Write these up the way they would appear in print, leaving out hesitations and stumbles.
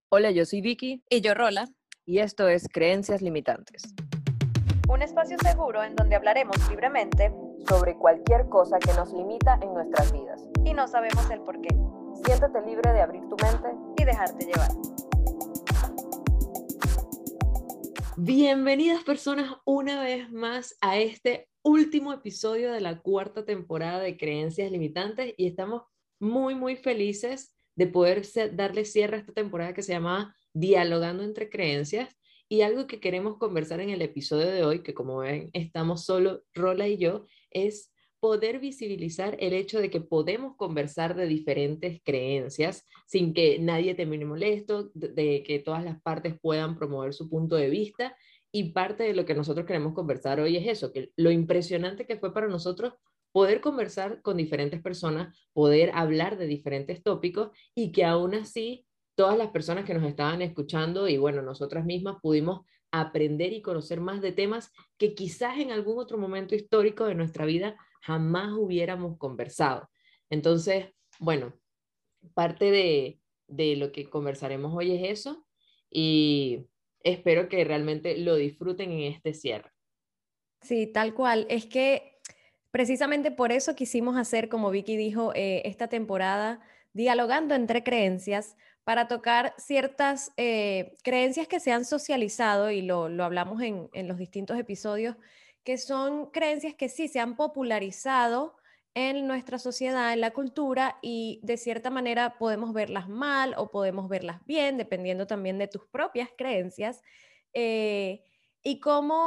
Hola, yo soy Vicky Y yo, Rola. y esto es Creencias Limitantes. Un espacio seguro en donde hablaremos libremente Sobre cualquier cosa que nos limita en nuestras vidas. y no sabemos el por qué. Siéntete libre de abrir tu mente. Y dejarte llevar. Bienvenidas personas una vez más a este último episodio de la cuarta temporada de Creencias Limitantes y estamos muy felices de poder darle cierre a esta temporada que se llama Dialogando entre Creencias y algo que queremos conversar en el episodio de hoy, que como ven estamos solo Rola y yo, es poder visibilizar el hecho de que podemos conversar de diferentes creencias sin que nadie termine molesto, de que todas las partes puedan promover su punto de vista. Y parte de lo que nosotros queremos conversar hoy es eso, que lo impresionante que fue para nosotros poder conversar con diferentes personas, poder hablar de diferentes tópicos y que aún así todas las personas que nos estaban escuchando y bueno, nosotras mismas pudimos aprender y conocer más de temas que quizás en algún otro momento histórico de nuestra vida jamás hubiéramos conversado. Entonces, bueno, parte de lo que conversaremos hoy es eso y espero que realmente lo disfruten en este cierre. Sí, tal cual. Es que precisamente por eso quisimos hacer, como Vicky dijo, esta temporada dialogando entre creencias para tocar ciertas creencias que se han socializado y lo hablamos en los distintos episodios, que son creencias que sí se han popularizado en nuestra sociedad, en la cultura y de cierta manera podemos verlas mal o podemos verlas bien, dependiendo también de tus propias creencias. eh, y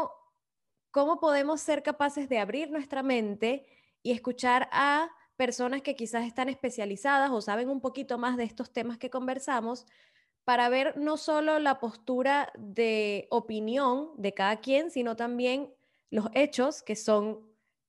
cómo podemos ser capaces de abrir nuestra mente y escuchar a personas que quizás están especializadas o saben un poquito más de estos temas que conversamos para ver no solo la postura de opinión de cada quien, sino también los hechos que son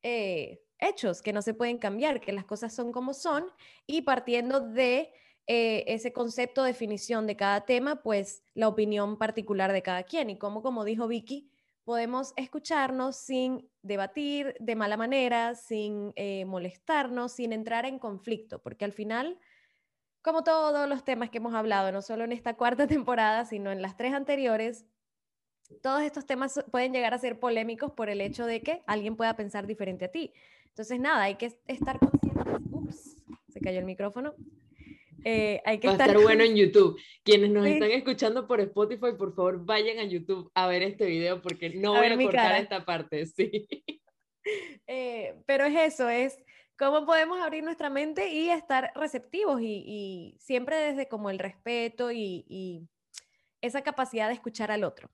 hechos, que no se pueden cambiar, que las cosas son como son, y partiendo de ese concepto, definición de cada tema, pues la opinión particular de cada quien. Y como dijo Vicky, podemos escucharnos sin debatir de mala manera, sin molestarnos, sin entrar en conflicto, porque al final, como todos los temas que hemos hablado, no solo en esta cuarta temporada, sino en las tres anteriores, todos estos temas pueden llegar a ser polémicos por el hecho de que alguien pueda pensar diferente a ti. Entonces, nada, hay que estar conscientes. Ups, se cayó el micrófono. Hay que Va a estar estar bueno en YouTube. Quienes nos están sí, escuchando por Spotify, por favor, vayan a YouTube a ver este video porque no a voy ver a mi cortar cara. esta parte, sí. Pero es eso, es cómo podemos abrir nuestra mente y estar receptivos y siempre desde como el respeto y esa capacidad de escuchar al otro.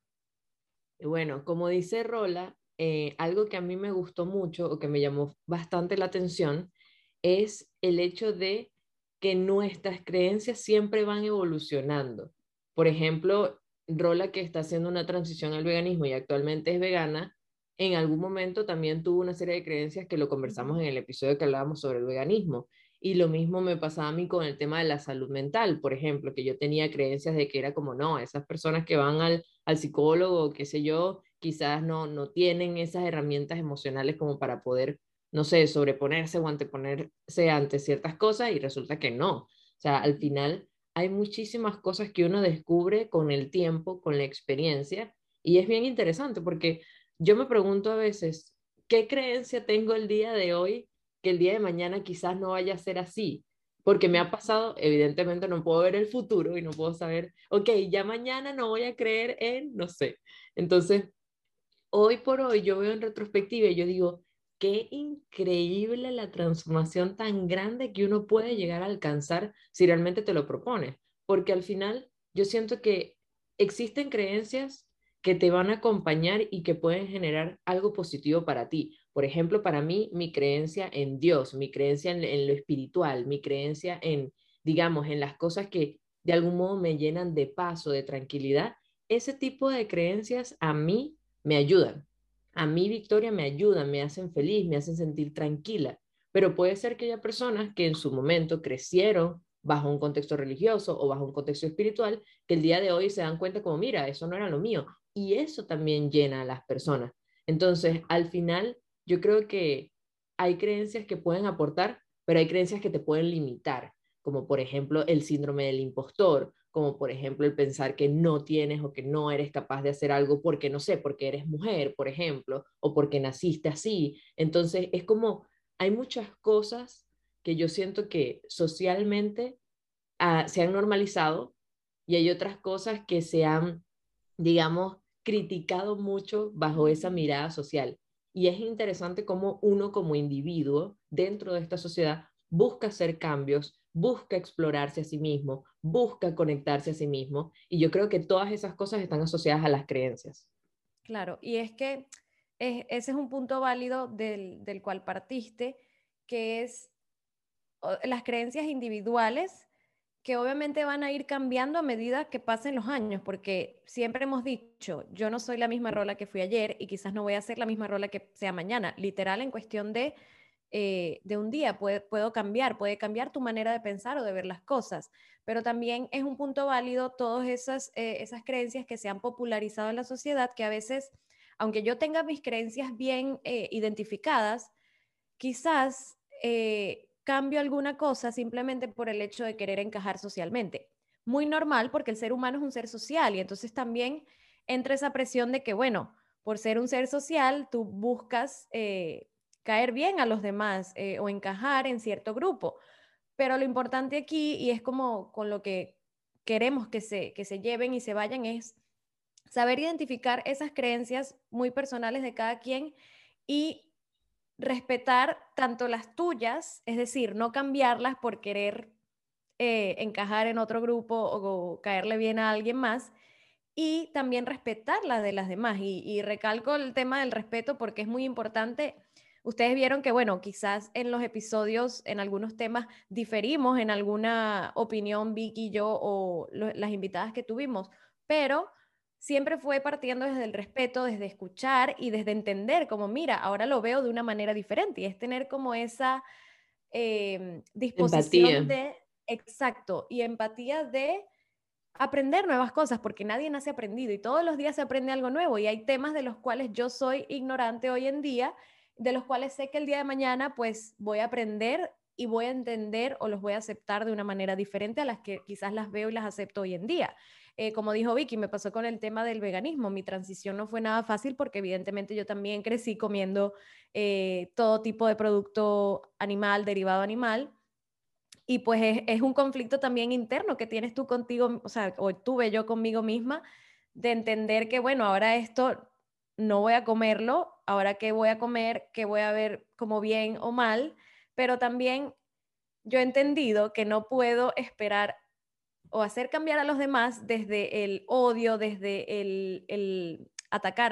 Y bueno, como dice Rola, algo que a mí me gustó mucho o que me llamó bastante la atención es el hecho de que nuestras creencias siempre van evolucionando. Por ejemplo, Rola, que está haciendo una transición al veganismo y actualmente es vegana, en algún momento también tuvo una serie de creencias que lo conversamos en el episodio que hablábamos sobre el veganismo. Y lo mismo me pasaba a mí con el tema de la salud mental, por ejemplo, que yo tenía creencias de que era como, no, esas personas que van al psicólogo, qué sé yo, quizás no tienen esas herramientas emocionales como para poder, no sé, sobreponerse o anteponerse ante ciertas cosas y resulta que no. O sea, al final hay muchísimas cosas que uno descubre con el tiempo, con la experiencia, y es bien interesante porque yo me pregunto a veces, ¿qué creencia tengo el día de hoy que el día de mañana quizás no vaya a ser así? Porque me ha pasado, evidentemente no puedo ver el futuro y no puedo saber, ok, ya mañana no voy a creer en, no sé. Entonces, hoy por hoy yo veo en retrospectiva y yo digo, qué increíble la transformación tan grande que uno puede llegar a alcanzar si realmente te lo propones. Porque al final yo siento que existen creencias que te van a acompañar y que pueden generar algo positivo para ti. Por ejemplo, para mí, mi creencia en Dios, mi creencia en lo espiritual, mi creencia en, digamos, en las cosas que de algún modo me llenan de paz o de tranquilidad, ese tipo de creencias a mí me ayudan. A mí, Victoria, me ayudan, me hacen feliz, me hacen sentir tranquila. Pero puede ser que haya personas que en su momento crecieron bajo un contexto religioso o bajo un contexto espiritual, que el día de hoy se dan cuenta como, mira, eso no era lo mío. Y eso también llena a las personas. Entonces, al final, yo creo que hay creencias que pueden aportar, pero hay creencias que te pueden limitar, como por ejemplo el síndrome del impostor, como por ejemplo el pensar que no tienes o que no eres capaz de hacer algo porque, no sé, porque eres mujer, por ejemplo, o porque naciste así. Entonces es como, hay muchas cosas que yo siento que socialmente se han normalizado y hay otras cosas que se han, digamos, criticado mucho bajo esa mirada social. Y es interesante cómo uno como individuo dentro de esta sociedad busca hacer cambios, busca explorarse a sí mismo, busca conectarse a sí mismo. Y yo creo que todas esas cosas están asociadas a las creencias. Claro, y es que ese es un punto válido del cual partiste, que es las creencias individuales que obviamente van a ir cambiando a medida que pasen los años, porque siempre hemos dicho, yo no soy la misma Rola que fui ayer y quizás no voy a ser la misma Rola que sea mañana, literal en cuestión de un día puedo cambiar, puede cambiar tu manera de pensar o de ver las cosas, pero también es un punto válido todas esas creencias que se han popularizado en la sociedad, que a veces, aunque yo tenga mis creencias bien identificadas, quizás cambio alguna cosa simplemente por el hecho de querer encajar socialmente. Muy normal porque el ser humano es un ser social y entonces también entra esa presión de que, bueno, por ser un ser social, tú buscas caer bien a los demás o encajar en cierto grupo. Pero lo importante aquí, y es como con lo que queremos que se lleven y se vayan, es saber identificar esas creencias muy personales de cada quien y respetar tanto las tuyas, es decir, no cambiarlas por querer encajar en otro grupo o caerle bien a alguien más, y también respetar la de las demás. Y recalco el tema del respeto porque es muy importante. Ustedes vieron que, bueno, quizás en los episodios, en algunos temas, diferimos en alguna opinión, Vicky y yo, o las invitadas que tuvimos, pero siempre fue partiendo desde el respeto, desde escuchar y desde entender, como, mira, ahora lo veo de una manera diferente, y es tener como esa disposición Empatía. de, exacto, y empatía de aprender nuevas cosas, porque nadie nace aprendido y todos los días se aprende algo nuevo, y hay temas de los cuales yo soy ignorante hoy en día, de los cuales sé que el día de mañana pues voy a aprender y voy a entender o los voy a aceptar de una manera diferente a las que quizás las veo y las acepto hoy en día. Como dijo Vicky, me pasó con el tema del veganismo. Mi transición no fue nada fácil porque evidentemente yo también crecí comiendo todo tipo de producto animal, derivado animal, y pues es un conflicto también interno que tienes tú contigo, o sea, o tuve yo conmigo misma, de entender que, bueno, ahora esto no voy a comerlo, ahora qué voy a comer, qué voy a ver como bien o mal, pero también yo he entendido que no puedo esperar o hacer cambiar a los demás desde el odio, desde el atacar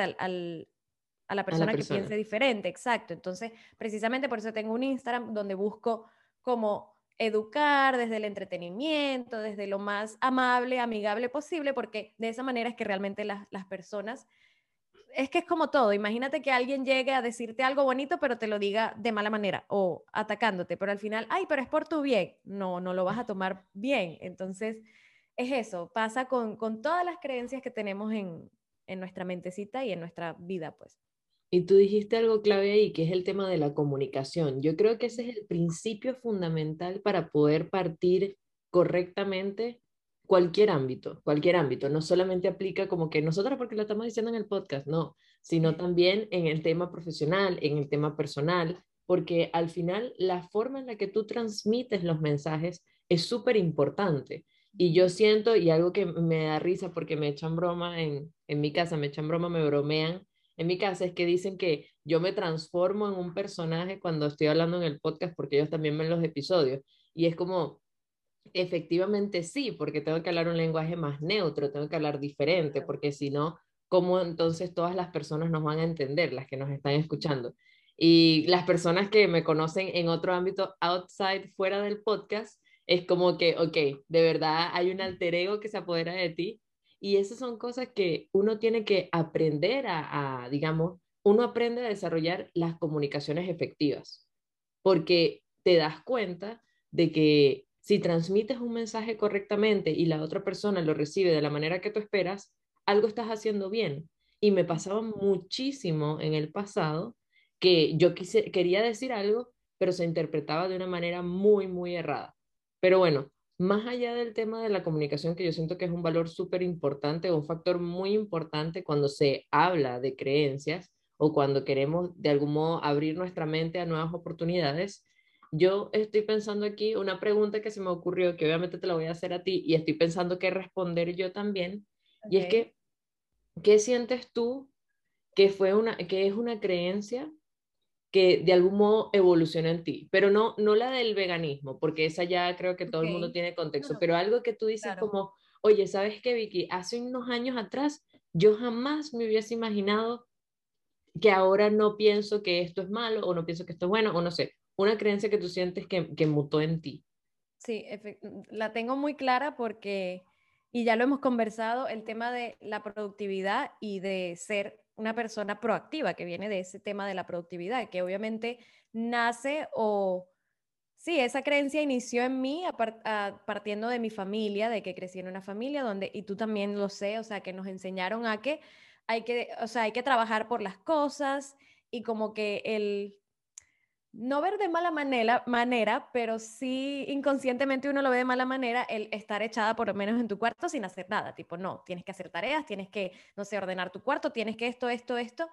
a la A la persona que persona. piense diferente, exacto. Entonces, precisamente por eso tengo un Instagram donde busco como educar desde el entretenimiento, desde lo más amable, amigable posible, porque de esa manera es que realmente las personas, es que es como todo, imagínate que alguien llegue a decirte algo bonito, pero te lo diga de mala manera o atacándote, pero al final, ay, pero es por tu bien, no, no lo vas a tomar bien. Entonces, es eso, pasa con todas las creencias que tenemos en nuestra mentecita y en nuestra vida, pues. Y tú dijiste algo clave ahí, que es el tema de la comunicación. Yo creo que ese es el principio fundamental para poder partir correctamente cualquier ámbito. No solamente aplica como que nosotros porque lo estamos diciendo en el podcast, no, sino también en el tema profesional, en el tema personal, porque al final la forma en la que tú transmites los mensajes es súper importante. Y yo siento, y algo que me da risa porque me echan broma en mi casa, me echan broma, me bromean en mi casa, es que dicen que yo me transformo en un personaje cuando estoy hablando en el podcast porque ellos también ven los episodios. Y es como, efectivamente sí, porque tengo que hablar un lenguaje más neutro, tengo que hablar diferente, porque si no, ¿cómo entonces todas las personas nos van a entender, las que nos están escuchando? Y las personas que me conocen en otro ámbito, outside, fuera del podcast, es como que, ok, de verdad hay un alter ego que se apodera de ti y esas son cosas que uno tiene que aprender digamos, uno aprende a desarrollar las comunicaciones efectivas, porque te das cuenta de que si transmites un mensaje correctamente y la otra persona lo recibe de la manera que tú esperas, algo estás haciendo bien. Y me pasaba muchísimo en el pasado que yo quería decir algo, pero se interpretaba de una manera muy, muy errada. Pero bueno, más allá del tema de la comunicación, que yo siento que es un valor súper importante, un factor muy importante cuando se habla de creencias o cuando queremos de algún modo abrir nuestra mente a nuevas oportunidades, yo estoy pensando aquí una pregunta que se me ocurrió, que obviamente te la voy a hacer a ti y estoy pensando qué responder yo también, y es Ok. que, ¿qué sientes tú que es una creencia que de algún modo evoluciona en ti, pero no la del veganismo, porque esa ya creo que todo Ok. el mundo tiene No, contexto, no, pero algo que tú dices claro. como, oye, ¿sabes qué, Vicky? Hace unos años atrás yo jamás me hubiese imaginado que ahora no pienso que esto es malo o no pienso que esto es bueno o no sé, una creencia que tú sientes que mutó en ti. Sí, la tengo muy clara porque, y ya lo hemos conversado, el tema de la productividad y de ser una persona proactiva, que viene de ese tema de la productividad, que obviamente nace o, sí, esa creencia inició en mí partiendo de mi familia, de que crecí en una familia donde, y tú también lo sé, o sea, que nos enseñaron a que o sea, hay que trabajar por las cosas y como que el no ver de mala manera, pero sí inconscientemente uno lo ve de mala manera el estar echada por lo menos en tu cuarto sin hacer nada. Tipo, no, tienes que hacer tareas, tienes que, no sé, ordenar tu cuarto, tienes que esto.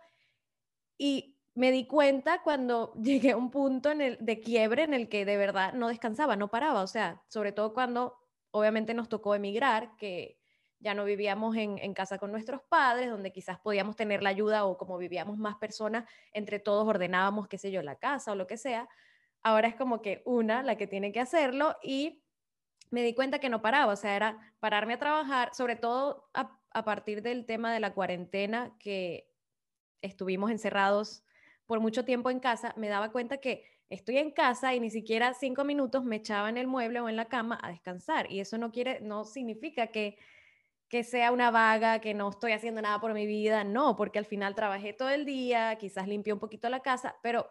Y me di cuenta cuando llegué a un punto de quiebre en el que de verdad no descansaba, no paraba. O sea, sobre todo cuando obviamente nos tocó emigrar, que ya no vivíamos en casa con nuestros padres, donde quizás podíamos tener la ayuda o como vivíamos más personas, entre todos ordenábamos, qué sé yo, la casa o lo que sea. Ahora es como que una la que tiene que hacerlo y me di cuenta que no paraba, o sea, era pararme a trabajar, sobre todo a partir del tema de la cuarentena, que estuvimos encerrados por mucho tiempo en casa, me daba cuenta que estoy en casa y ni siquiera 5 minutos me echaba en el mueble o en la cama a descansar. Y eso no significa que sea una vaga, que no estoy haciendo nada por mi vida, no, porque al final trabajé todo el día, quizás limpié un poquito la casa, pero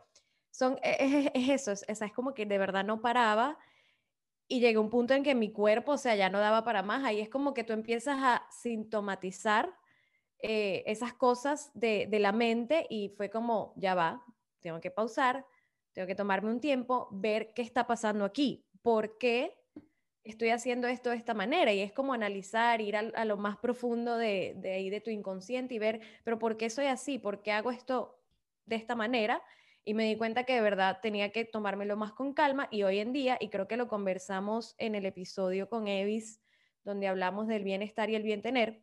es eso, es como que de verdad no paraba y llegué a un punto en que mi cuerpo, o sea, ya no daba para más. Ahí es como que tú empiezas a sintomatizar esas cosas de la mente y fue como, ya va, tengo que pausar, tengo que tomarme un tiempo, ver qué está pasando aquí, por qué estoy haciendo esto de esta manera y es como analizar, ir a lo más profundo de ahí de tu inconsciente y ver, pero ¿por qué soy así? ¿Por qué hago esto de esta manera? Y me di cuenta que de verdad tenía que tomármelo más con calma y hoy en día, y creo que lo conversamos en el episodio con Evis, donde hablamos del bienestar y el bien tener,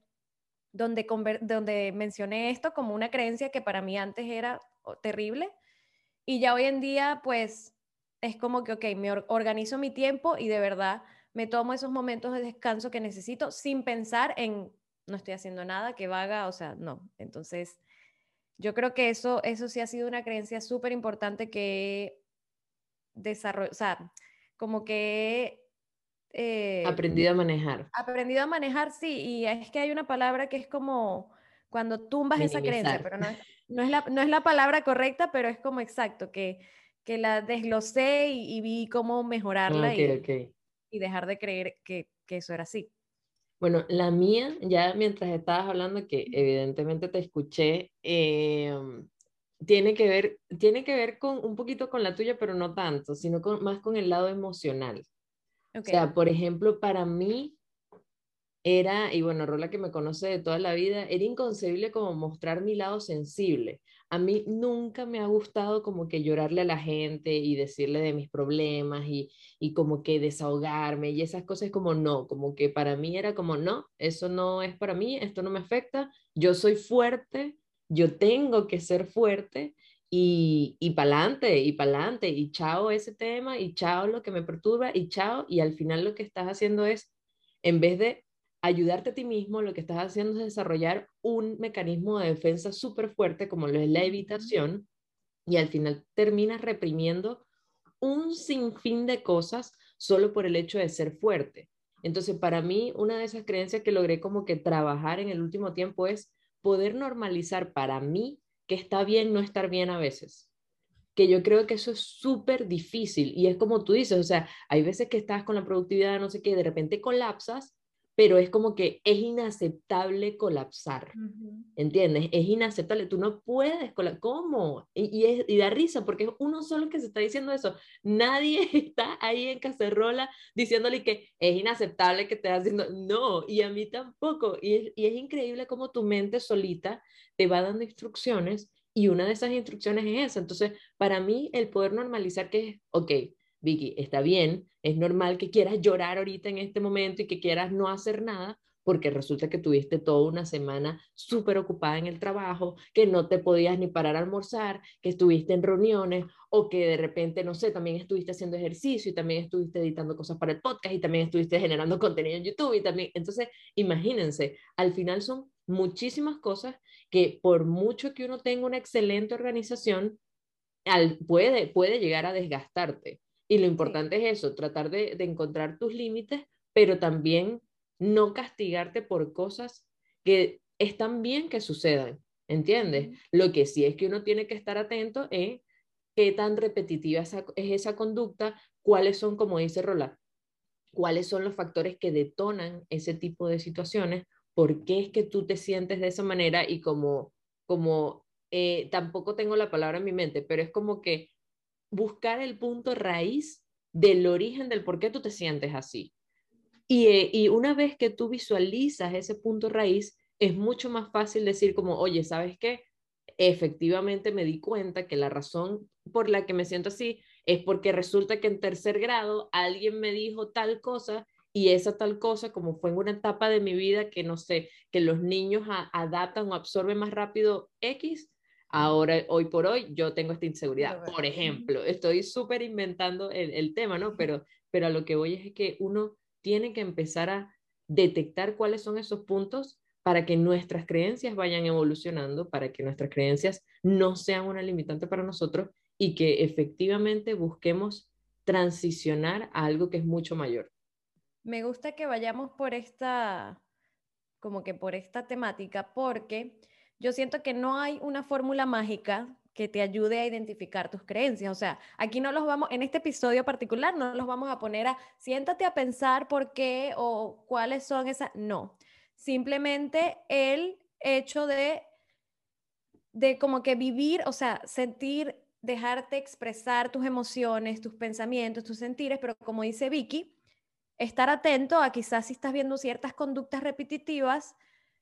donde mencioné esto como una creencia que para mí antes era terrible y ya hoy en día pues es como que, ok, organizo mi tiempo y de verdad me tomo esos momentos de descanso que necesito sin pensar en no estoy haciendo nada, que vaga, o sea, no. Entonces, yo creo que eso sí ha sido una creencia súper importante que desarrollo, o sea, como que Aprendido a manejar, aprendido a manejar, sí, y es que hay una palabra que es como cuando tumbas esa creencia, minimizar. pero no es la palabra correcta, pero es como exacto, que la desglosé y vi cómo Ah, mejorarla ok, ok. y dejar de creer que eso era así. Bueno, la mía, ya mientras estabas hablando, que evidentemente te escuché, tiene que ver con un poquito con la tuya, pero no tanto, sino más con el lado emocional. O Ok, sea, por ejemplo, para mí era, y bueno, Rola que me conoce de toda la vida, era inconcebible como mostrar mi lado sensible. A mí nunca me ha gustado como que llorarle a la gente y decirle de mis problemas y como que desahogarme y esas cosas como no, como que para mí era como no, eso no es para mí, esto no me afecta, yo soy fuerte, yo tengo que ser fuerte y pa'lante, y pa'lante, y chao ese tema, y chao lo que me perturba, y chao, y al final lo que estás haciendo es, en vez de ayudarte a ti mismo, lo que estás haciendo es desarrollar un mecanismo de defensa súper fuerte como lo es la ujú, evitación y al final terminas reprimiendo un sinfín de cosas solo por el hecho de ser fuerte. Entonces, para mí, una de esas creencias que logré como que trabajar en el último tiempo es poder normalizar para mí que está bien no estar bien a veces, que yo creo que eso es súper difícil y es como tú dices, o sea, hay veces que estás con la productividad, no sé qué, de repente colapsas, pero es como que es inaceptable colapsar. ¿Entiendes? Es inaceptable, tú no puedes, ¿cómo? Y da risa porque es uno solo que se está diciendo eso. Nadie está ahí en cacerola diciéndole que es inaceptable que estés haciendo, no, y a mí tampoco. Y es increíble cómo tu mente solita te va dando instrucciones y una de esas instrucciones es esa. Entonces, para mí, el poder normalizar que es, ok, Vicky, está bien, es normal que quieras llorar ahorita en este momento y que quieras no hacer nada, porque resulta que tuviste toda una semana súper ocupada en el trabajo, que no te podías ni parar a almorzar, que estuviste en reuniones o que de repente, no sé, también estuviste haciendo ejercicio y también estuviste editando cosas para el podcast y también estuviste generando contenido en YouTube y también, entonces, imagínense, al final son muchísimas cosas que por mucho que uno tenga una excelente organización, puede llegar a desgastarte. Y lo Sí. importante es eso, tratar de encontrar tus límites, pero también no castigarte por cosas que están bien que sucedan, ¿entiendes? Lo que sí es que uno tiene que estar atento es qué tan repetitiva es esa conducta, cuáles son, como dice Roland, cuáles son los factores que detonan ese tipo de situaciones, por qué es que tú te sientes de esa manera y tampoco tengo la palabra en mi mente, pero es como que buscar el punto raíz del origen del por qué tú te sientes así. Y una vez que tú visualizas ese punto raíz, es mucho más fácil decir como, oye, ¿sabes qué? Efectivamente me di cuenta que la razón por la que me siento así es porque resulta que en tercer grado alguien me dijo tal cosa y esa tal cosa, como fue en una etapa de mi vida que no sé, que los niños adaptan o absorben más rápido X, ahora, hoy por hoy, yo tengo esta inseguridad. Por ejemplo, estoy súper inventando el tema, ¿no? Pero a lo que voy es que uno tiene que empezar a detectar cuáles son esos puntos para que nuestras creencias vayan evolucionando, para que nuestras creencias no sean una limitante para nosotros y que efectivamente busquemos transicionar a algo que es mucho mayor. Me gusta que vayamos por esta, como que por esta temática, porque yo siento que no hay una fórmula mágica que te ayude a identificar tus creencias. O sea, aquí no los vamos, en este episodio particular, no los vamos a poner a siéntate a pensar por qué o cuáles son esas. No, simplemente el hecho de como que vivir, o sea, sentir, dejarte expresar tus emociones, tus pensamientos, tus sentires, pero como dice Vicky, estar atento a quizás si estás viendo ciertas conductas repetitivas,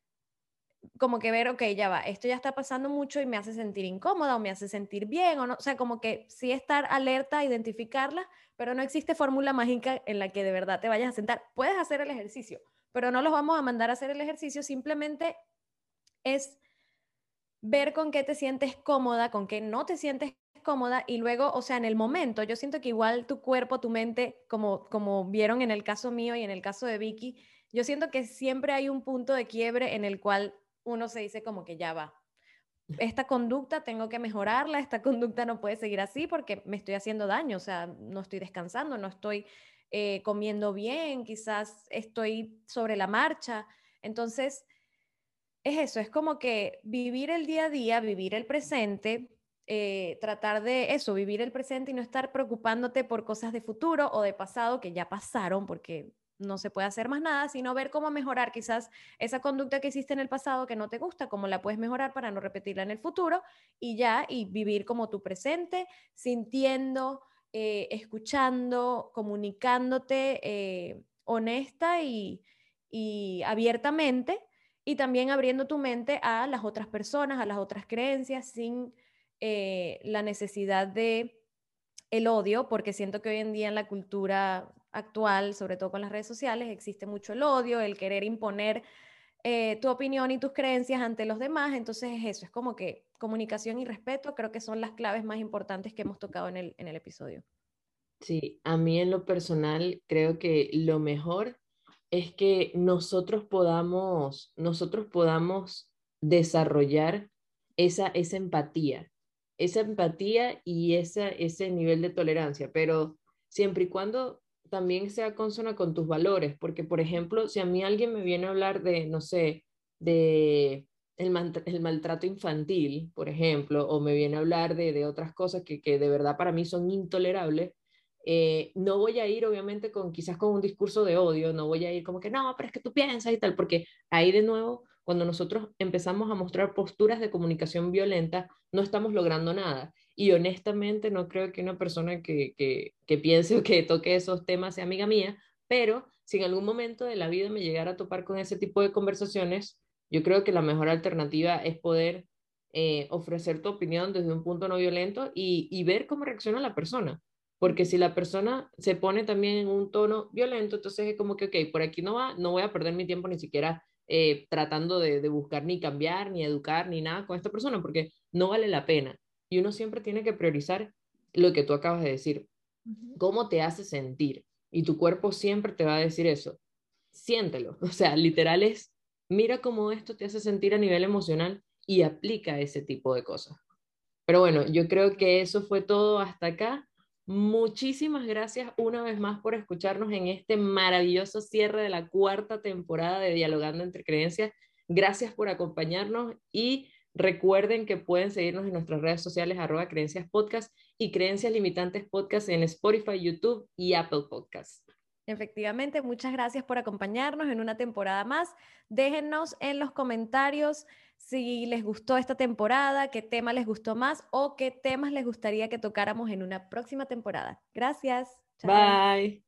como que ver, ok, ya va, esto ya está pasando mucho y me hace sentir incómoda o me hace sentir bien, o no, o sea, como que sí estar alerta, identificarla, pero no existe fórmula mágica en la que de verdad te vayas a sentar. Puedes hacer el ejercicio, pero no los vamos a mandar a hacer el ejercicio, simplemente es ver con qué te sientes cómoda, con qué no te sientes cómoda y luego, o sea, en el momento, yo siento que igual tu cuerpo, tu mente, como vieron en el caso mío y en el caso de Vicky, yo siento que siempre hay un punto de quiebre en el cual uno se dice como que ya va. Esta conducta tengo que mejorarla, esta conducta no puede seguir así porque me estoy haciendo daño, o sea, no estoy descansando, no estoy comiendo bien, quizás estoy sobre la marcha. Entonces, es eso, es como que vivir el día a día, vivir el presente, tratar de eso, vivir el presente y no estar preocupándote por cosas de futuro o de pasado que ya pasaron porque no se puede hacer más nada, sino ver cómo mejorar quizás esa conducta que hiciste en el pasado que no te gusta, cómo la puedes mejorar para no repetirla en el futuro y ya, y vivir como tu presente, sintiendo, escuchando, comunicándote honesta y abiertamente y también abriendo tu mente a las otras personas, a las otras creencias, sin la necesidad de el odio, porque siento que hoy en día en la cultura actual, sobre todo con las redes sociales, existe mucho el odio, el querer imponer tu opinión y tus creencias ante los demás. Entonces es eso, es como que comunicación y respeto creo que son las claves más importantes que hemos tocado en el episodio. Sí, a mí en lo personal creo que lo mejor es que nosotros podamos desarrollar esa empatía y ese nivel de tolerancia, pero siempre y cuando también sea consona con tus valores, porque por ejemplo, si a mí alguien me viene a hablar de, no sé, de el maltrato infantil, por ejemplo, o me viene a hablar de otras cosas que de verdad para mí son intolerables, No voy a ir obviamente quizás con un discurso de odio, no voy a ir como que no, pero es que tú piensas y tal, porque ahí de nuevo, cuando nosotros empezamos a mostrar posturas de comunicación violenta, no estamos logrando nada. Y honestamente no creo que una persona que piense o que toque esos temas sea amiga mía, pero si en algún momento de la vida me llegara a topar con ese tipo de conversaciones, yo creo que la mejor alternativa es poder ofrecer tu opinión desde un punto no violento y ver cómo reacciona la persona. Porque si la persona se pone también en un tono violento, entonces es como que, ok, por aquí no va, no voy a perder mi tiempo ni siquiera tratando de buscar ni cambiar, ni educar, ni nada con esta persona, porque no vale la pena. Y uno siempre tiene que priorizar lo que tú acabas de decir, cómo te hace sentir. Y tu cuerpo siempre te va a decir eso. Siéntelo. O sea, literal es, mira cómo esto te hace sentir a nivel emocional y aplica ese tipo de cosas. Pero bueno, yo creo que eso fue todo hasta acá. Muchísimas gracias una vez más por escucharnos en este maravilloso cierre de la cuarta temporada de Dialogando entre Creencias. Gracias por acompañarnos y recuerden que pueden seguirnos en nuestras redes sociales @creenciaspodcast y Creencias Limitantes Podcast en Spotify, YouTube y Apple Podcasts. Efectivamente, muchas gracias por acompañarnos en una temporada más. Déjennos en los comentarios si les gustó esta temporada, qué tema les gustó más o qué temas les gustaría que tocáramos en una próxima temporada. Gracias. Chao. Bye.